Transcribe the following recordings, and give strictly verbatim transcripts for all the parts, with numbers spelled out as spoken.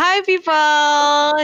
Hi people.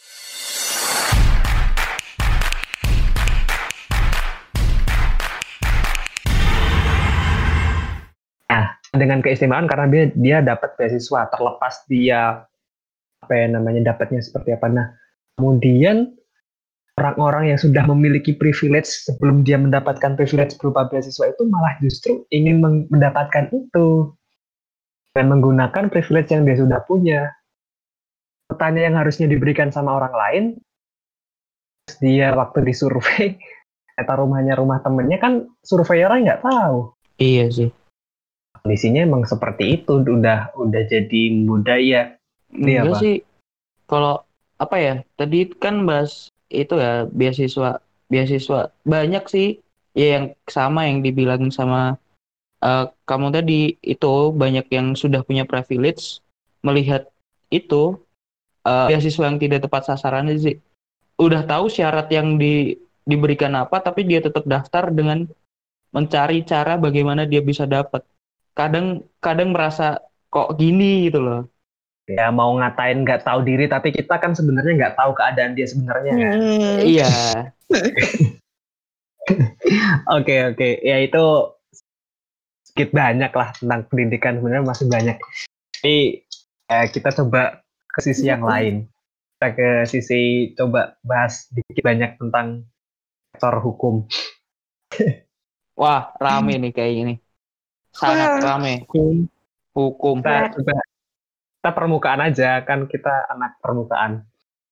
Nah, dengan keistimewaan karena dia dia dapat beasiswa terlepas dia apa ya namanya dapatnya seperti apa. Nah, kemudian orang-orang yang sudah memiliki privilege sebelum dia mendapatkan privilege berupa beasiswa itu malah justru ingin mendapatkan itu dan menggunakan privilege yang dia sudah punya. Pertanyaan yang harusnya diberikan sama orang lain, dia waktu disurvei, kata rumahnya rumah temennya kan surveyornya nggak tahu. Iya sih. Kondisinya emang seperti itu, udah udah jadi budaya. Enggak apa? sih. Kalau apa ya? Tadi kan bahas itu ya beasiswa, beasiswa banyak sih. Ya yang sama yang dibilang sama uh, kamu tadi itu banyak yang sudah punya privilege melihat itu uh, beasiswa yang tidak tepat sasaran sih. Udah tahu syarat yang di, diberikan apa, tapi dia tetap daftar dengan mencari cara bagaimana dia bisa dapat. Kadang kadang merasa kok gini gitu loh. Ya mau ngatain nggak tahu diri, tapi kita kan sebenarnya nggak tahu keadaan dia sebenarnya kan. Hmm. Iya. Oke oke, ya itu sedikit banyak lah tentang pendidikan, sebenarnya masih banyak. Tapi eh, kita coba ke sisi yang lain. Kita ke sisi coba bahas sedikit banyak tentang sektor hukum. Wah, rame nih kayak gini. Sangat rame. Hukum. Hukum. Kita coba kita permukaan aja, kan kita anak permukaan.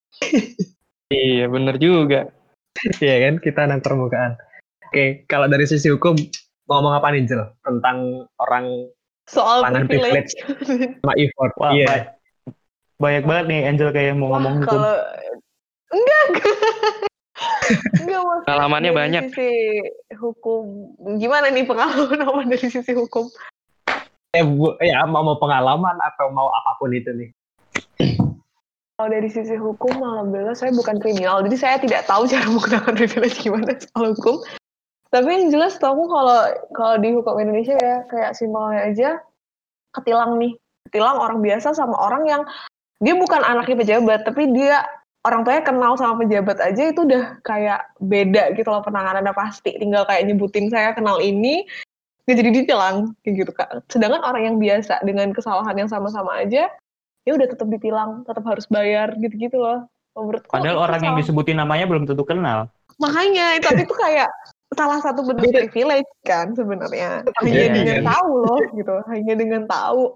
Iya, bener juga. Iya kan, kita anak permukaan. Oke, kalau dari sisi hukum mau ngomong apa nih, Jel? Tentang orang Soal tangan privilege sama effort. Wah, Iya. ba- banyak banget nih Angel kayak mau Wah, ngomong hukum. kalau enggak enggak mas. Pengalamannya dari banyak. Sisi hukum gimana nih pengalaman apa dari sisi hukum? Eh, bu, ya mau mau pengalaman atau mau apapun itu nih. Kalau dari sisi hukum, alhamdulillah saya bukan kriminal, jadi saya tidak tahu cara menggunakan privilege gimana soal hukum. Tapi yang jelas tahu kalau kalau di hukum Indonesia ya kayak simpelnya aja ketilang nih, ketilang orang biasa sama orang yang dia bukan anaknya pejabat, tapi dia orang tuanya kenal sama pejabat aja itu udah kayak beda gitu loh penanganannya pasti. Tinggal kayak nyebutin saya kenal ini, nggak jadi ditilang kayak gitu kak. Sedangkan orang yang biasa dengan kesalahan yang sama-sama aja ya udah tetap ditilang, tetap harus bayar gitu-gitu loh. Menurutku Padahal orang yang salah. disebutin namanya belum tentu kenal. Makanya, tapi itu kayak salah satu bentuk privilege kan sebenarnya. Hanya Iya, dengan iya. tahu loh gitu, hanya dengan tahu.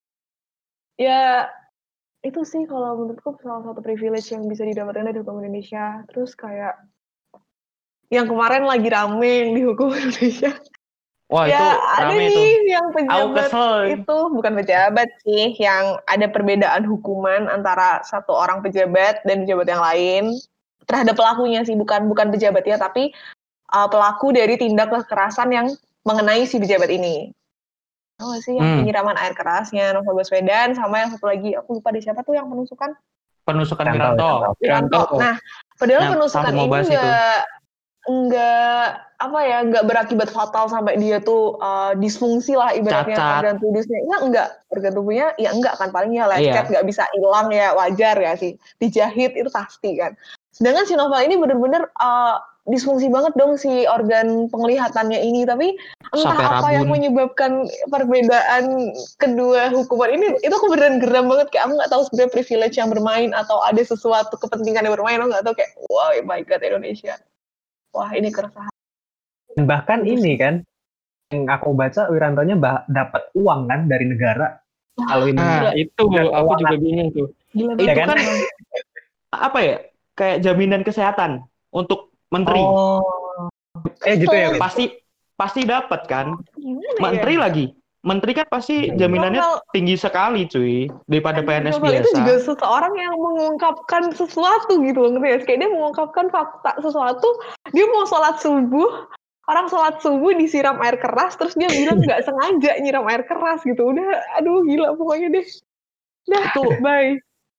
Ya itu sih kalau menurutku salah satu privilege yang bisa didapatkan dari hukum Indonesia. Terus kayak yang kemarin lagi rame yang di hukum Indonesia. Wah, ya itu ada rame nih tuh. yang Aku pejabat kesel. itu bukan pejabat sih, yang ada perbedaan hukuman antara satu orang pejabat dan pejabat yang lain terhadap pelakunya sih, bukan bukan pejabat ya, tapi uh, pelaku dari tindak kekerasan yang mengenai si pejabat ini. Oh sih yang Hmm. penyiraman air kerasnya Novel Baswedan, sama yang satu lagi aku lupa di siapa tuh yang penusukan. Penusukan Wiranto. Wiranto. Wiranto. Nah, padahal Nah, penusukan sampai mau ini bahas itu. enggak enggak apa ya, enggak berakibat fatal sampai dia tuh uh, disfungsi lah ibaratnya, Cacat. organ tubuhnya. Ya enggak, organ tubuhnya ya enggak kan, paling ya lecet, Iya. enggak bisa hilang ya, wajar ya sih. Dijahit itu pasti kan. Sedangkan si Novel ini bener-bener uh, disfungsi banget dong si organ penglihatannya ini, tapi entah Sampai apa rabun. yang menyebabkan perbedaan kedua hukuman ini, itu aku beneran geram banget, kayak aku nggak tahu sebenarnya privilege yang bermain atau ada sesuatu kepentingan yang bermain, aku nggak tahu, kayak wow my god Indonesia, wah ini keresahan. Bahkan Gitu ini sih. kan yang aku baca Wirantonya bah- dapat uang kan dari negara. Kalau ini Nah, itu aku juga bingung tuh. Gila Itu banget. kan apa ya? Kayak jaminan kesehatan untuk menteri. Oh. Eh gitu ya. Pasti pasti dapat kan? Gimana Menteri ya? lagi. Menteri kan pasti jaminannya Novel, tinggi sekali cuy daripada P N S Novel biasa. itu juga seseorang yang mengungkapkan sesuatu gitu loh, ngerti ya? Kayak dia mengungkapkan fakta sesuatu, dia mau sholat subuh, orang sholat subuh disiram air keras, terus dia bilang nggak sengaja nyiram air keras gitu. Udah, aduh gila pokoknya deh. Dah, Itu bye.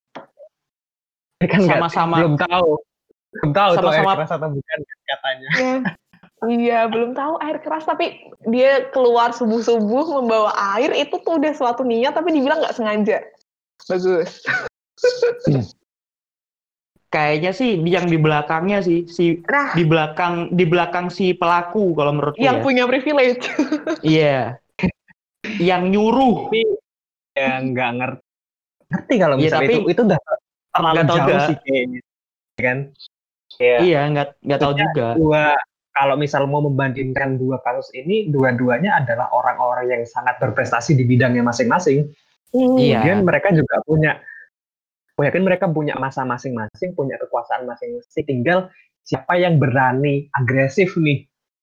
Kan sama-sama belum tahu. Belum tahu tuh air sama-sama keras atau bukan katanya. Ya. Iya, belum tahu air keras, tapi dia keluar subuh-subuh membawa air, itu tuh udah suatu niat, tapi dibilang nggak sengaja. Bagus. Kayaknya sih yang di belakangnya sih, si Nah, di belakang di belakang si pelaku kalau menurutku yang ya. punya privilege. Iya. Yang nyuruh. Tapi ya nggak ngerti. Ngerti kalau Iya, misalnya tapi itu itu udah terlalu nggak tahu jauh juga. sih kayaknya. Kan? Ya. Iya, nggak nggak tahu Maksudnya juga. Dua kalau misal mau membandingkan dua kasus ini, dua-duanya adalah orang-orang yang sangat berprestasi di bidangnya masing-masing. Hmm. Iya. Kemudian mereka juga punya, mungkin mereka punya masa masing-masing, punya kekuasaan masing-masing. Tinggal siapa yang berani agresif nih.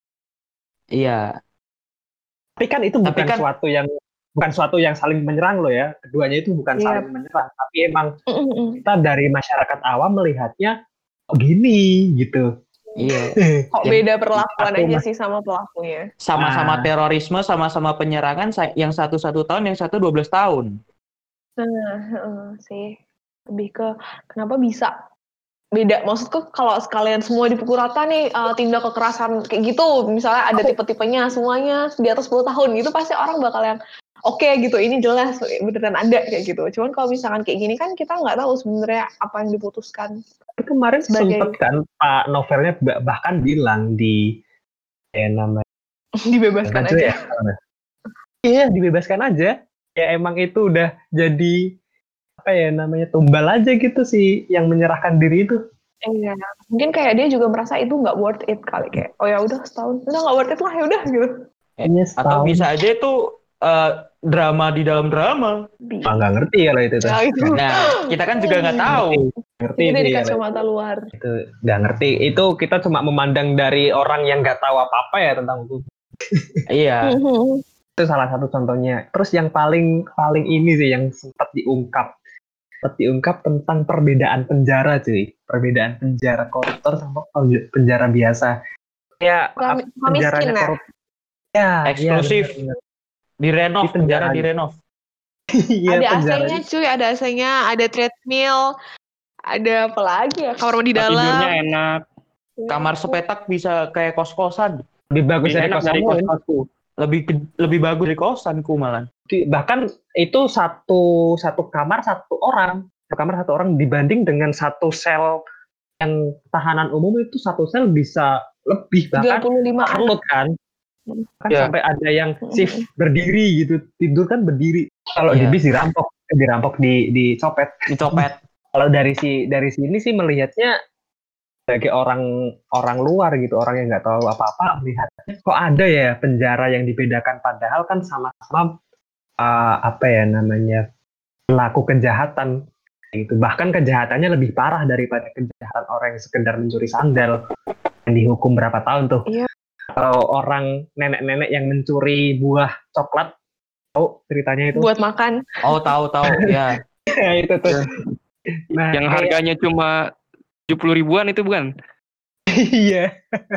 Iya. Tapi kan itu Tapi bukan kan suatu yang bukan suatu yang saling menyerang loh ya. Keduanya itu bukan Iya. saling menyerang, tapi emang Mm-mm. kita dari masyarakat awam melihatnya oh gini gitu. iya, Kok Yang- beda perlakuan Aku aja mas- sih sama pelakunya. sama-sama Nah. terorisme, sama-sama penyerangan, sa- yang satu satu tahun, yang satu dua belas tahun. Nah, heeh, sih lebih ke kenapa bisa beda. Maksudku kalau sekalian semua dipukul rata nih uh, tindak kekerasan kayak gitu, misalnya ada tipe-tipenya semuanya di atas sepuluh tahun gitu, pasti orang bakal yang oke gitu, ini jelas beneran ada kayak gitu. Cuman kalau misalkan kayak gini kan kita nggak tahu sebenarnya apa yang diputuskan. Tapi kemarin Sebagai- sempet kan Pak Novelnya bah- bahkan bilang di ya namanya Dibebaskan aja aja. ya. Iya, dibebaskan aja. Ya emang itu udah jadi apa ya namanya tumbal aja gitu sih yang menyerahkan diri itu. Iya, mungkin kayak dia juga merasa itu nggak worth it kali, kayak oh ya udah setahun udah nggak worth it lah, ya udah gitu. Hanya Atau setahun. bisa aja itu eh, drama di dalam drama. Bi- Ah, nggak ngerti kalau itu tuh. Ya, itu. Nah, kita kan juga nggak tahu. Ngerti Itu dari sih kalau kacamata luar. itu nggak ngerti. Itu kita cuma memandang dari orang yang nggak tahu apa-apa ya tentang hukum. Iya. Mhm. Itu salah satu contohnya. Terus yang paling paling ini sih yang sempat diungkap. Sempat diungkap tentang perbedaan penjara cuy. Perbedaan penjara koruptor sama penjara biasa. Ya, Suka- suka penjaranya miskin, ya? korup. Ya, Eksklusif. ya, benar-benar. Direnov, Di penjara. penjara direnov. Iya, Ada penjara. A C-nya cuy, ada A C-nya, ada treadmill, ada apa lagi ya, kamar mandi Tidurnya dalam. enak, Kamar sepetak bisa kayak kos-kosan. Lebih bagus lebih dari enak dari kosanmu. kos-kosku. Lebih ke- lebih bagus dari kosanku malah. Di- Bahkan itu satu satu kamar satu orang. Satu kamar satu orang dibanding dengan satu sel yang tahanan umum itu satu sel bisa lebih tiga bahkan puluh lima an. perlut kan. Kan Ya. sampai ada yang shift berdiri gitu. Tidur kan berdiri. Kalau di Iya. bis dirampok, eh, dirampok di dicopet. Dicopet. Kalau dari si dari sini sih melihatnya sebagai orang orang luar gitu, orang yang nggak tahu apa-apa melihatnya kok ada ya penjara yang dibedakan, padahal kan sama-sama uh, apa ya namanya pelaku kejahatan gitu. Bahkan kejahatannya lebih parah daripada kejahatan orang yang sekedar mencuri sandal yang dihukum berapa tahun tuh. Iya. Kalau orang nenek-nenek yang mencuri buah coklat, tahu ceritanya itu? Buat makan. Oh, tahu tahu ya. Ya, itu tuh. Nah, Yang kayak- harganya cuma tujuh puluh ribuan itu bukan? iya.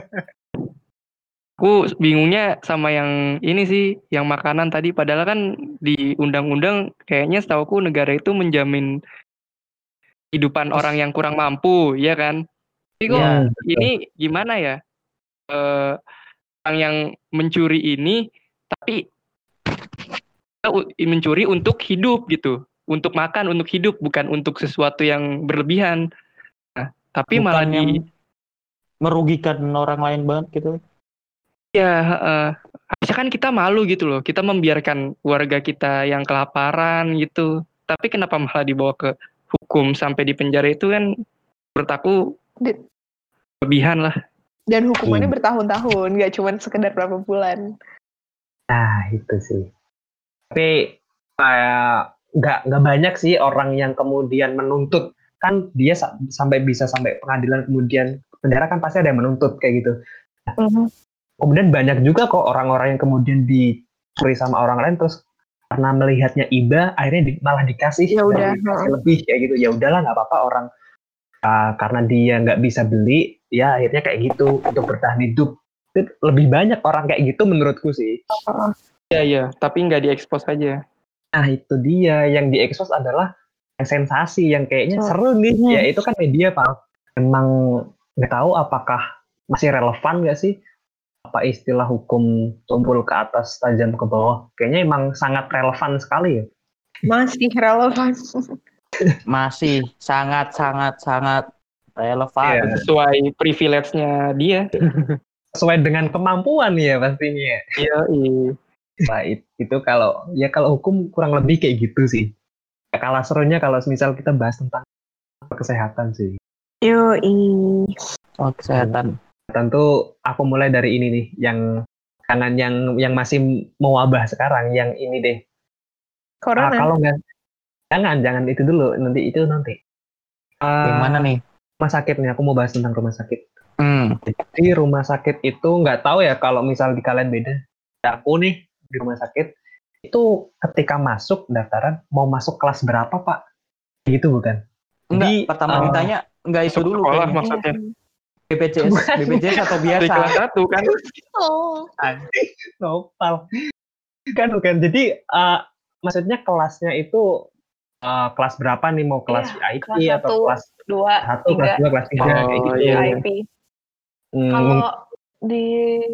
Aku bingungnya sama yang ini sih, yang makanan tadi. Padahal kan di undang-undang kayaknya setauku negara itu menjamin kehidupan orang yang kurang mampu, ya kan? Tapi kok Iya, betul. ini gimana ya? Eh, orang yang mencuri ini, tapi u- mencuri untuk hidup gitu, untuk makan, untuk hidup, bukan untuk sesuatu yang berlebihan. Nah, tapi Bukan malah yang di merugikan orang lain banget gitu. ya eh, harusnya kan kita malu gitu loh, kita membiarkan warga kita yang kelaparan gitu, tapi kenapa malah dibawa ke hukum sampai di penjara? Itu kan menurut aku Di- lebihan lah. Dan hukumannya Hmm. bertahun-tahun, nggak cuma sekedar berapa bulan. Nah itu sih. Tapi kayak nggak nggak banyak sih orang yang kemudian menuntut, kan dia sa- sampai bisa sampai pengadilan kemudian penjara kan pasti ada yang menuntut kayak gitu. Mhm. Kemudian banyak juga kok orang-orang yang kemudian dicuri sama orang lain terus karena melihatnya iba akhirnya di- malah dikasih, Ya udah, dikasih heeh. lebih kayak gitu. Ya udahlah nggak apa-apa orang uh, karena dia nggak bisa beli ya akhirnya kayak gitu untuk bertahan hidup. Itu lebih banyak orang kayak gitu menurutku sih. Iya iya, tapi nggak diekspos aja. Nah itu dia yang diekspos adalah yang sensasi yang kayaknya Oh. seru nih. Hmm. Ya itu kan media Pak. Emang nggak tahu apakah masih relevan nggak sih apa istilah hukum tumpul ke atas tajam ke bawah. Kayaknya emang sangat relevan sekali ya. Masih relevan. masih sangat sangat sangat relevan. Iya. Sesuai privilege-nya dia. Sesuai dengan kemampuan ya pastinya. Iya, iya. Nah, it- itu kalau ya kalau hukum kurang lebih kayak gitu sih. Ya, kalah serunya kalau misal kita bahas tentang kesehatan sih. Yoi. Oh, kesehatan. Tentu aku mulai dari ini nih, yang jangan yang yang masih mewabah sekarang, yang ini deh. Ah, Corona. kalau nggak, jangan jangan itu dulu, nanti itu nanti. Ah, Yang mana nih? Rumah sakit nih, aku mau bahas tentang rumah sakit. Hmm. Jadi rumah sakit itu nggak tahu ya kalau misal di kalian beda. Aku nih di rumah sakit itu ketika masuk daftaran mau masuk kelas berapa Pak? Gitu bukan? Enggak, Jadi, pertama eh, ditanya enggak itu Masuk dulu sekolah kayaknya. maksudnya. B P J S, Bukan. B P J S atau Dari biasa? kelas satu kan. Oh. Anjing, nopal. Kan bukan. Jadi eh, maksudnya kelasnya itu eh, kelas berapa nih, mau kelas Iya, V I P kelas atau satu, kelas dua, satu, kelas tiga. dua, kelas tiga Oh, kayak gitu. iya, V iya. I P. Hmm, Kalau di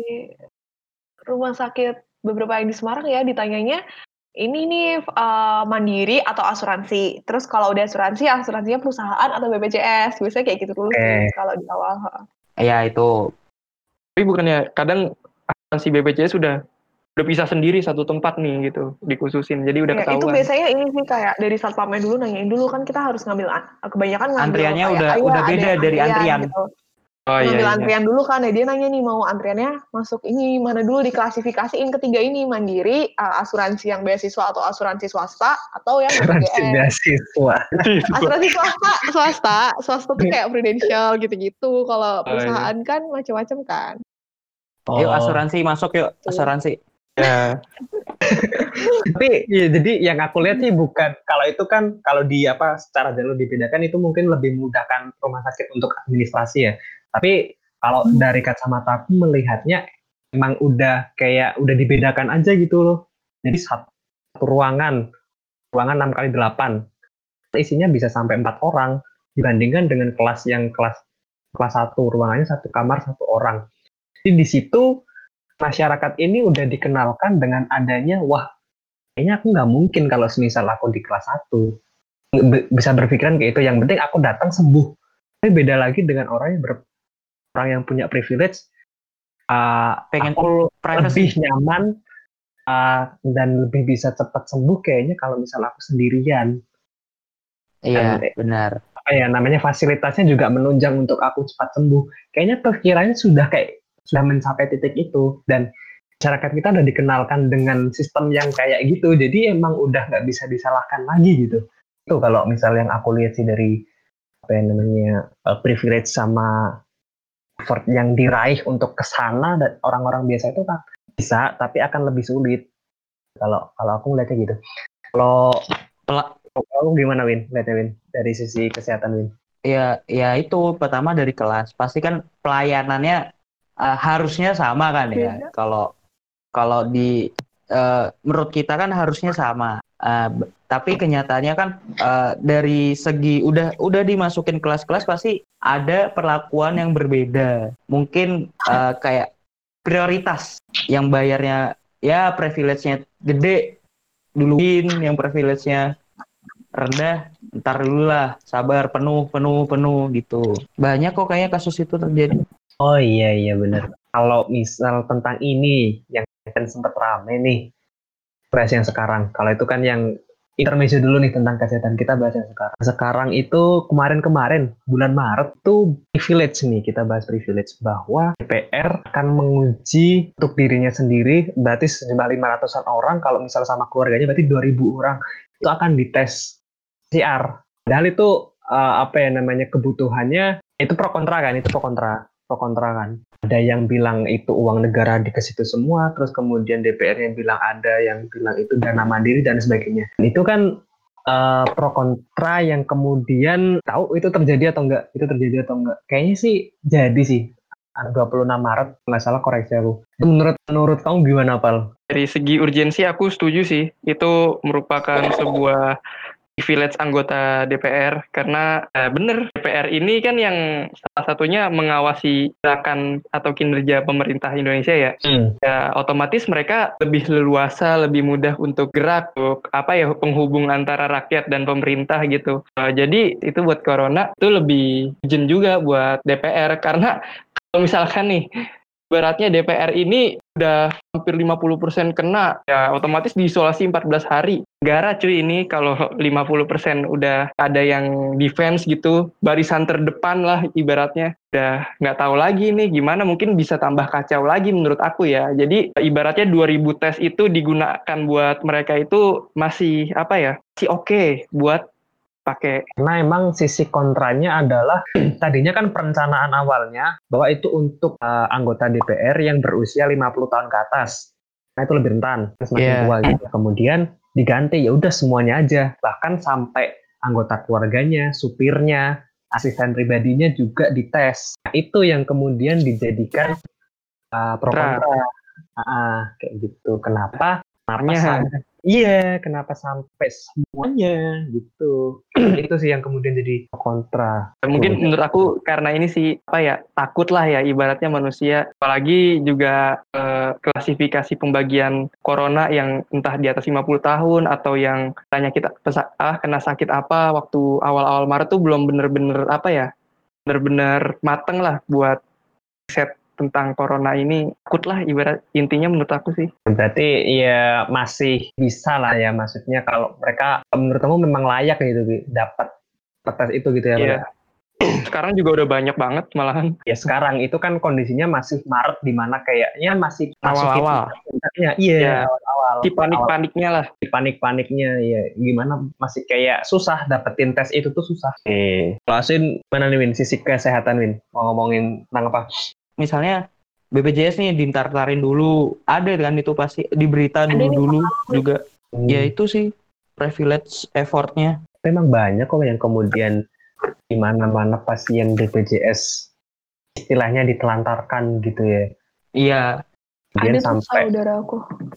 rumah sakit beberapa yang di Semarang ya ditanyanya ini nih uh, mandiri atau asuransi. Terus kalau udah asuransi, asuransinya perusahaan atau B P J S. Biasanya kayak gitu dulu Oke. sih kalau di awal. Ya itu. Tapi bukannya kadang asuransi B P J S sudah udah bisa sendiri satu tempat nih gitu, dikhususin. Jadi udah Ya, itu ketahuan. biasanya ini sih kayak dari satpamnya dulu nanyain dulu kan kita harus ngambil an- kebanyakan ngambil Antriannya kayak, udah "Ah, iya, udah ada beda yang dari antrian. gitu. Oh iya, Ngambil iya. antrian dulu kan ya dia nanya nih mau antriannya masuk ini mana dulu diklasifikasiin ketiga ini mandiri, uh, asuransi yang beasiswa atau asuransi swasta atau yang asuransi B P J S. beasiswa. Asuransi swasta, swasta, swasta tuh kayak prudential gitu-gitu. Kalau Oh, iya. perusahaan kan macam-macam kan. Yuk Oh. asuransi masuk yuk, asuransi. Ya. Tapi ya, jadi yang aku lihat sih bukan kalau itu kan kalau di apa secara jalur dibedakan itu mungkin lebih memudahkan rumah sakit untuk administrasi ya. Tapi kalau Hmm. dari kacamata aku melihatnya emang udah kayak udah dibedakan aja gitu loh. Jadi satu, satu ruangan, ruangan enam kali delapan, isinya bisa sampai empat orang dibandingkan dengan kelas yang kelas kelas satu, ruangannya satu kamar satu orang. Jadi di situ masyarakat ini udah dikenalkan dengan adanya, wah kayaknya aku nggak mungkin kalau semisal aku di kelas satu Be- bisa berpikiran kayak itu, yang penting aku datang sembuh. Tapi beda lagi dengan orang yang ber- orang yang punya privilege, uh, Pengen aku privacy. lebih nyaman uh, dan lebih bisa cepat sembuh kayaknya kalau misal aku sendirian. Iya, Dan, benar. apa ya namanya fasilitasnya juga menunjang untuk aku cepat sembuh. Kayaknya perkiranya sudah kayak sudah mencapai titik itu, dan masyarakat kita udah dikenalkan dengan sistem yang kayak gitu, jadi emang udah nggak bisa disalahkan lagi gitu. Itu kalau misal yang aku lihat sih dari apa yang namanya uh, privilege sama effort yang diraih untuk kesana, dan orang-orang biasa itu kan bisa, tapi akan lebih sulit. Kalau kalau aku ngeliatnya gitu. Kalau Pela- kamu gimana Win? Lihatnya Win dari sisi kesehatan Win? ya, ya itu pertama dari kelas. Pasti kan pelayanannya uh, harusnya sama kan ya. Beda. Kalau kalau di uh, menurut kita kan harusnya sama. Uh, b- tapi kenyataannya kan uh, dari segi udah udah dimasukin kelas-kelas pasti ada perlakuan yang berbeda. Mungkin uh, kayak prioritas yang bayarnya ya privilege-nya gede duluin, yang privilege-nya rendah ntar dulu lah, sabar, penuh penuh penuh gitu. Banyak kok kayaknya kasus itu terjadi. Oh iya iya benar. Kalau misal tentang ini yang kan sempat rame nih, bahas yang sekarang. Kalau itu kan yang intermezzo dulu nih tentang kesehatan, kita bahas yang sekarang. Sekarang itu kemarin-kemarin bulan Maret tuh privilege nih, kita bahas privilege bahwa D P R akan menguji untuk dirinya sendiri, berarti sejumlah lima ratusan orang, kalau misal sama keluarganya berarti dua ribu orang itu akan dites P C R. Padahal itu uh, apa ya namanya kebutuhannya itu pro kontra kan, itu pro kontra, pro kontra kan. Ada yang bilang itu uang negara di ke situ semua, terus kemudian D P R-nya bilang ada, yang bilang itu dana mandiri dan sebagainya. Itu kan uh, pro kontra yang kemudian tahu itu terjadi atau enggak, itu terjadi atau enggak. Kayaknya sih jadi sih. dua puluh enam Maret nggak salah, koreksi aku. Itu menurut menurut kamu gimana, Pal? Dari segi urgensi aku setuju sih. Itu merupakan sebuah privilege anggota D P R karena eh, bener D P R ini kan yang salah satunya mengawasi gerakan atau kinerja pemerintah Indonesia ya. Hmm. Ya otomatis mereka lebih leluasa, lebih mudah untuk gerak, untuk apa ya penghubung antara rakyat dan pemerintah gitu. Eh, jadi itu buat corona itu lebih urgent juga buat D P R karena kalau misalkan nih beratnya D P R ini udah hampir lima puluh persen kena, ya otomatis diisolasi empat belas hari. Negara cuy ini kalau lima puluh persen udah ada yang defense gitu, barisan terdepan lah ibaratnya. Udah nggak tahu lagi nih gimana, mungkin bisa tambah kacau lagi menurut aku ya. Jadi ibaratnya dua ribu tes itu digunakan buat mereka itu masih apa ya, masih oke okay buat pakai. Karena emang sisi kontranya adalah tadinya kan perencanaan awalnya bahwa itu untuk uh, anggota D P R yang berusia lima puluh tahun ke atas. Nah itu lebih rentan, semakin Yeah. tua gitu. Kemudian diganti ya udah semuanya aja, bahkan sampai anggota keluarganya, supirnya, asisten pribadinya juga dites. Nah, itu yang kemudian dijadikan uh, pro kontra. Ah, kayak gitu. Kenapa? Kenapa Ya. sampai? Iya, kenapa sampai semuanya gitu? Itu sih yang kemudian jadi kontra. Mungkin Tuh. menurut aku karena ini sih apa ya, takut lah ya ibaratnya manusia, apalagi juga eh, klasifikasi pembagian corona yang entah di atas lima puluh tahun atau yang tanya kita pesa- ah, kena sakit apa waktu awal-awal Maret tuh belum bener-bener apa ya, bener-bener mateng lah buat riset tentang corona ini. Takut lah ibarat intinya menurut aku sih. Berarti ya masih bisa lah ya, maksudnya kalau mereka menurut kamu memang layak gitu Bi, dapat tes itu gitu ya. Iya. Pak? Sekarang juga udah banyak banget malahan. Ya sekarang itu kan kondisinya masih Maret di mana kayaknya masih masukin Awal-awal. ya, iya Ya. awal-awal. Si panik-paniknya lah. Panik-paniknya ya gimana masih kayak susah dapetin tes itu tuh susah. Eh, Lasin mana nih Win, sisi kesehatan Win, mau ngomongin tentang apa? Misalnya B P J S nih dintar-tarin dulu, ada kan itu pasti di berita Ada nih, dulu-dulu juga. Hmm. Ya itu sih privilege effortnya. Memang banyak kok yang kemudian di mana-mana pasien B P J S istilahnya ditelantarkan gitu ya. Iya. Kemudian Ada tuh sampai saudara aku.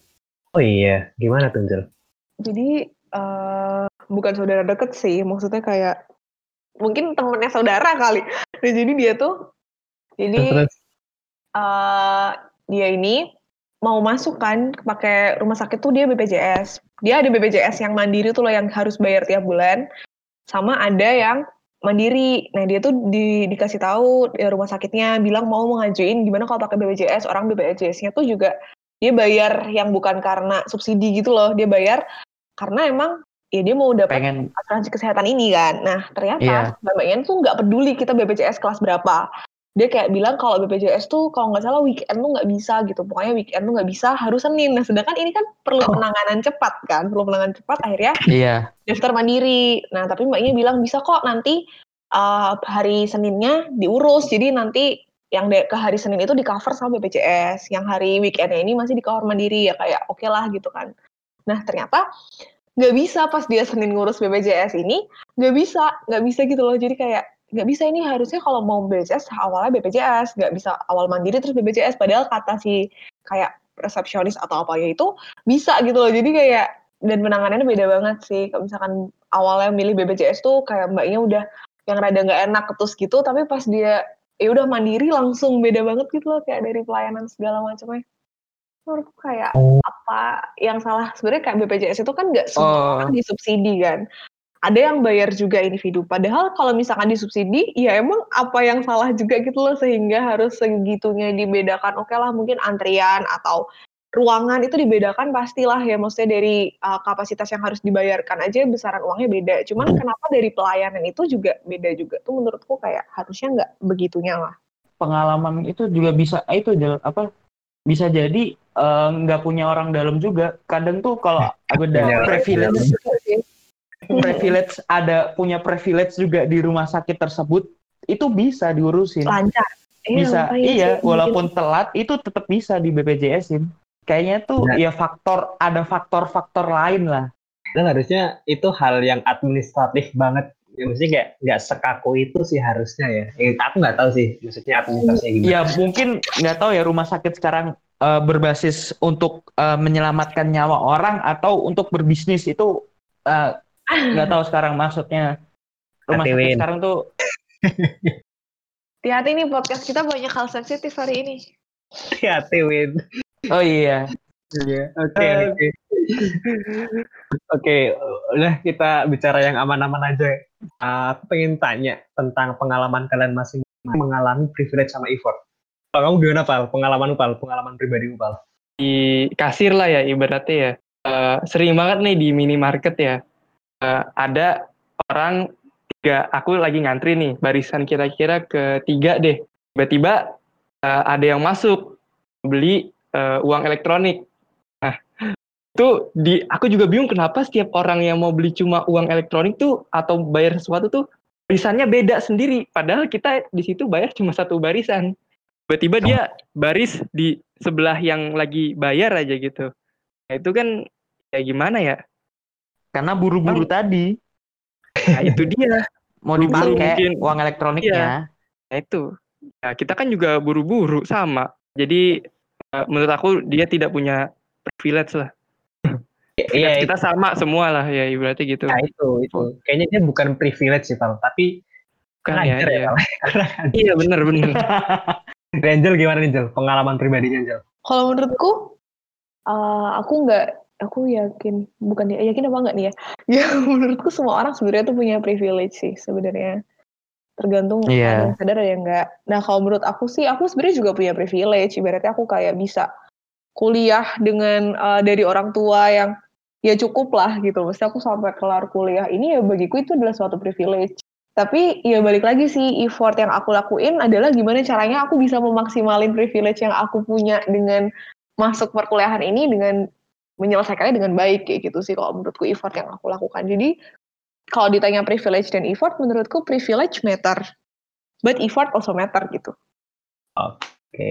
oh iya, gimana tuh Jel? Jadi eh, bukan saudara deket sih, maksudnya kayak mungkin temennya saudara kali. Nah, jadi dia tuh, jadi Terus eh, dia ini mau masuk kan pakai rumah sakit tuh dia B P J S. Dia ada B P J S yang mandiri tuh loh yang harus bayar tiap bulan, sama ada yang mandiri. Nah dia tuh di, dikasih tahu ya, rumah sakitnya bilang mau mengajuin gimana kalau pakai B P J S, orang B P J S-nya tuh juga dia bayar yang bukan karena subsidi gitu loh, dia bayar karena emang ya dia mau dapat Pengen asuransi kesehatan ini kan. Nah ternyata Iya. mbak-mbaknya tuh nggak peduli kita B P J S kelas berapa. Dia kayak bilang kalau B P J S tuh kalau nggak salah weekend tuh nggak bisa gitu. Pokoknya weekend tuh nggak bisa, harus Senin. Nah sedangkan ini kan perlu penanganan cepat kan, perlu penanganan cepat. Akhirnya iya. daftar mandiri. Nah tapi mbaknya bilang bisa kok nanti uh, hari Seninnya diurus. Jadi nanti yang de- ke hari Senin itu di cover sama B P J S. Yang hari weekendnya ini masih di cover mandiri ya kayak oke okay lah gitu kan. Nah ternyata nggak bisa pas dia Senin ngurus B P J S ini nggak bisa, nggak bisa gitu loh. Jadi kayak nggak bisa, ini harusnya kalau mau B P J S awalnya B P J S, nggak bisa awal mandiri terus B P J S. Padahal kata si kayak resepsionis atau apa ya itu bisa gitu loh. Jadi kayak dan penanganannya beda banget sih. Kalau misalkan awalnya milih B P J S tuh kayak mbaknya udah yang rada nggak enak ketus gitu, tapi pas dia ya udah mandiri langsung beda banget gitu loh, kayak dari pelayanan segala macamnya. Menurutku kayak apa yang salah sebenarnya, kayak B P J S itu kan nggak semua Oh. orang disubsidi kan. Ada yang bayar juga individu. Padahal kalau misalkan disubsidi, ya emang apa yang salah juga gitu loh sehingga harus segitunya dibedakan. Oke lah mungkin antrian atau ruangan itu dibedakan pastilah ya. Maksudnya dari uh, kapasitas yang harus dibayarkan aja besaran uangnya beda. Cuman kenapa dari pelayanan itu juga beda juga? Tuh menurutku kayak harusnya nggak begitunya lah. Pengalaman itu juga bisa itu Jel, apa bisa jadi eh, nggak punya orang dalam juga. Kadang tuh kalau ada Punya orang privilege dalam. privilege ada punya privilege juga di rumah sakit tersebut, itu bisa diurusin. Lancar. Bisa, makanya iya, sih, walaupun mungkin. telat itu tetap bisa di B P J S-in. Kayaknya tuh Nah. ya faktor ada faktor-faktor lain lah. dan harusnya itu hal yang administratif banget. Ya, maksudnya kayak nggak sekaku itu sih harusnya ya. Eh, aku nggak tahu sih maksudnya administrasinya gimana. Ya mungkin nggak tahu ya rumah sakit sekarang eh, berbasis untuk eh, menyelamatkan nyawa orang atau untuk berbisnis itu eh, nggak tahu sekarang maksudnya rumah sakit Hati-Win. sekarang tuh. Hati-hati nih podcast kita banyak hal sensitif hari ini. Hati-hati, Win. Oh iya. Iya, oke oke. Oke, udah kita bicara yang aman-aman aja. Uh, aku pengen tanya tentang pengalaman kalian masing-masing mengalami privilege sama effort. Kalau kamu gimana, Pal? Pengalaman Pal, pengalaman pribadi Pal. Di kasir lah ya ibaratnya ya. Uh, sering banget nih di minimarket ya. Uh, ada orang tiga, aku lagi ngantri nih, barisan kira-kira ketiga deh. Tiba-tiba uh, ada yang masuk beli uh, uang elektronik. Nah, itu di aku juga bingung kenapa setiap orang yang mau beli cuma uang elektronik tuh atau bayar sesuatu tuh barisannya beda sendiri, padahal kita di situ bayar cuma satu barisan. Tiba-tiba dia baris di sebelah yang lagi bayar aja gitu. Nah, itu kan ya gimana ya? Karena buru-buru Bang, tadi. Nah itu dia. Mau Buru-buru dipakai mungkin. uang elektroniknya. Nah itu. Nah, kita kan juga buru-buru sama. Jadi uh, menurut aku dia tidak punya privilege lah. Iya, Kita sama semua lah ya ibaratnya gitu. Nah itu, itu. Kayaknya dia bukan privilege sih, Pal. Tapi Kan kurang ya, ajar ya, iya. Pal. Kurang ajar. Iya benar-benar. Angel gimana nih, Angel? Pengalaman pribadinya, Angel? Kalau menurutku, uh, aku nggak, aku yakin, bukan ya, yakin apa nggak nih ya? Ya menurutku semua orang sebenarnya tuh punya privilege sih sebenarnya. Tergantung Iya. ada yang sadar ada yang enggak. Nah kalau menurut aku sih, aku sebenarnya juga punya privilege. Ibaratnya aku kayak bisa kuliah dengan uh, dari orang tua yang ya cukup lah gitu. Maksudnya aku sampai kelar kuliah ini ya bagiku itu adalah suatu privilege. Tapi ya balik lagi sih, effort yang aku lakuin adalah gimana caranya aku bisa memaksimalin privilege yang aku punya dengan masuk perkuliahan ini dengan menyelesaikannya dengan baik kayak gitu sih kalau menurutku effort yang aku lakukan. Jadi kalau ditanya privilege dan effort, menurutku privilege matter, but effort also matter gitu. Oke,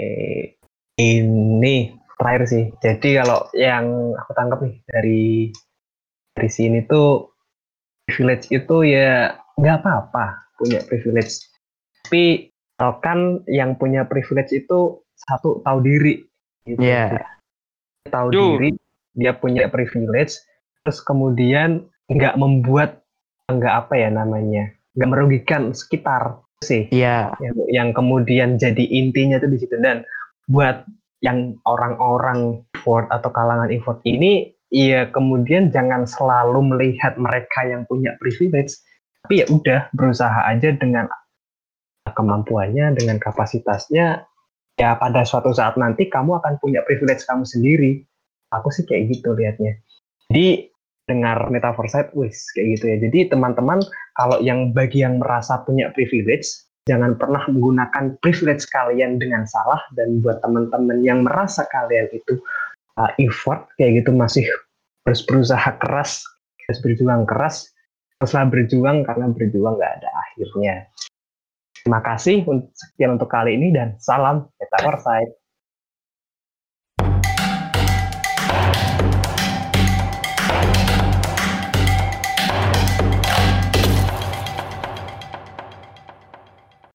ini terakhir sih. Jadi kalau yang aku tangkap nih dari dari sini tuh privilege itu ya nggak apa-apa punya privilege. Tapi kan yang punya privilege itu satu tahu diri. Gitu. Iya. Tahu Duh. diri, dia punya privilege, terus kemudian nggak membuat nggak apa ya namanya, nggak merugikan sekitar sih. Iya. Yang, yang kemudian jadi intinya tuh di situ. Dan buat yang orang-orang effort atau kalangan effort ini, ya kemudian jangan selalu melihat mereka yang punya privilege, tapi ya udah berusaha aja dengan kemampuannya, dengan kapasitasnya. Ya pada suatu saat nanti kamu akan punya privilege kamu sendiri. Aku sih kayak gitu lihatnya. Jadi dengar metafor saya, wis kayak gitu ya. Jadi teman-teman, kalau yang bagi yang merasa punya privilege, jangan pernah menggunakan privilege kalian dengan salah. Dan buat teman-teman yang merasa kalian itu uh, effort kayak gitu, masih harus berusaha keras, harus berjuang keras, teruslah berjuang karena berjuang nggak ada akhirnya. Terima kasih sekian untuk kali ini dan salam Metafor Side.